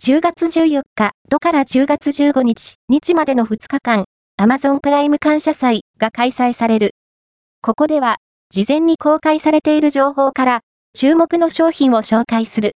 10月14日土から10月15日までの2日間、Amazon プライム感謝祭が開催される。ここでは、事前に公開されている情報から、注目の商品を紹介する。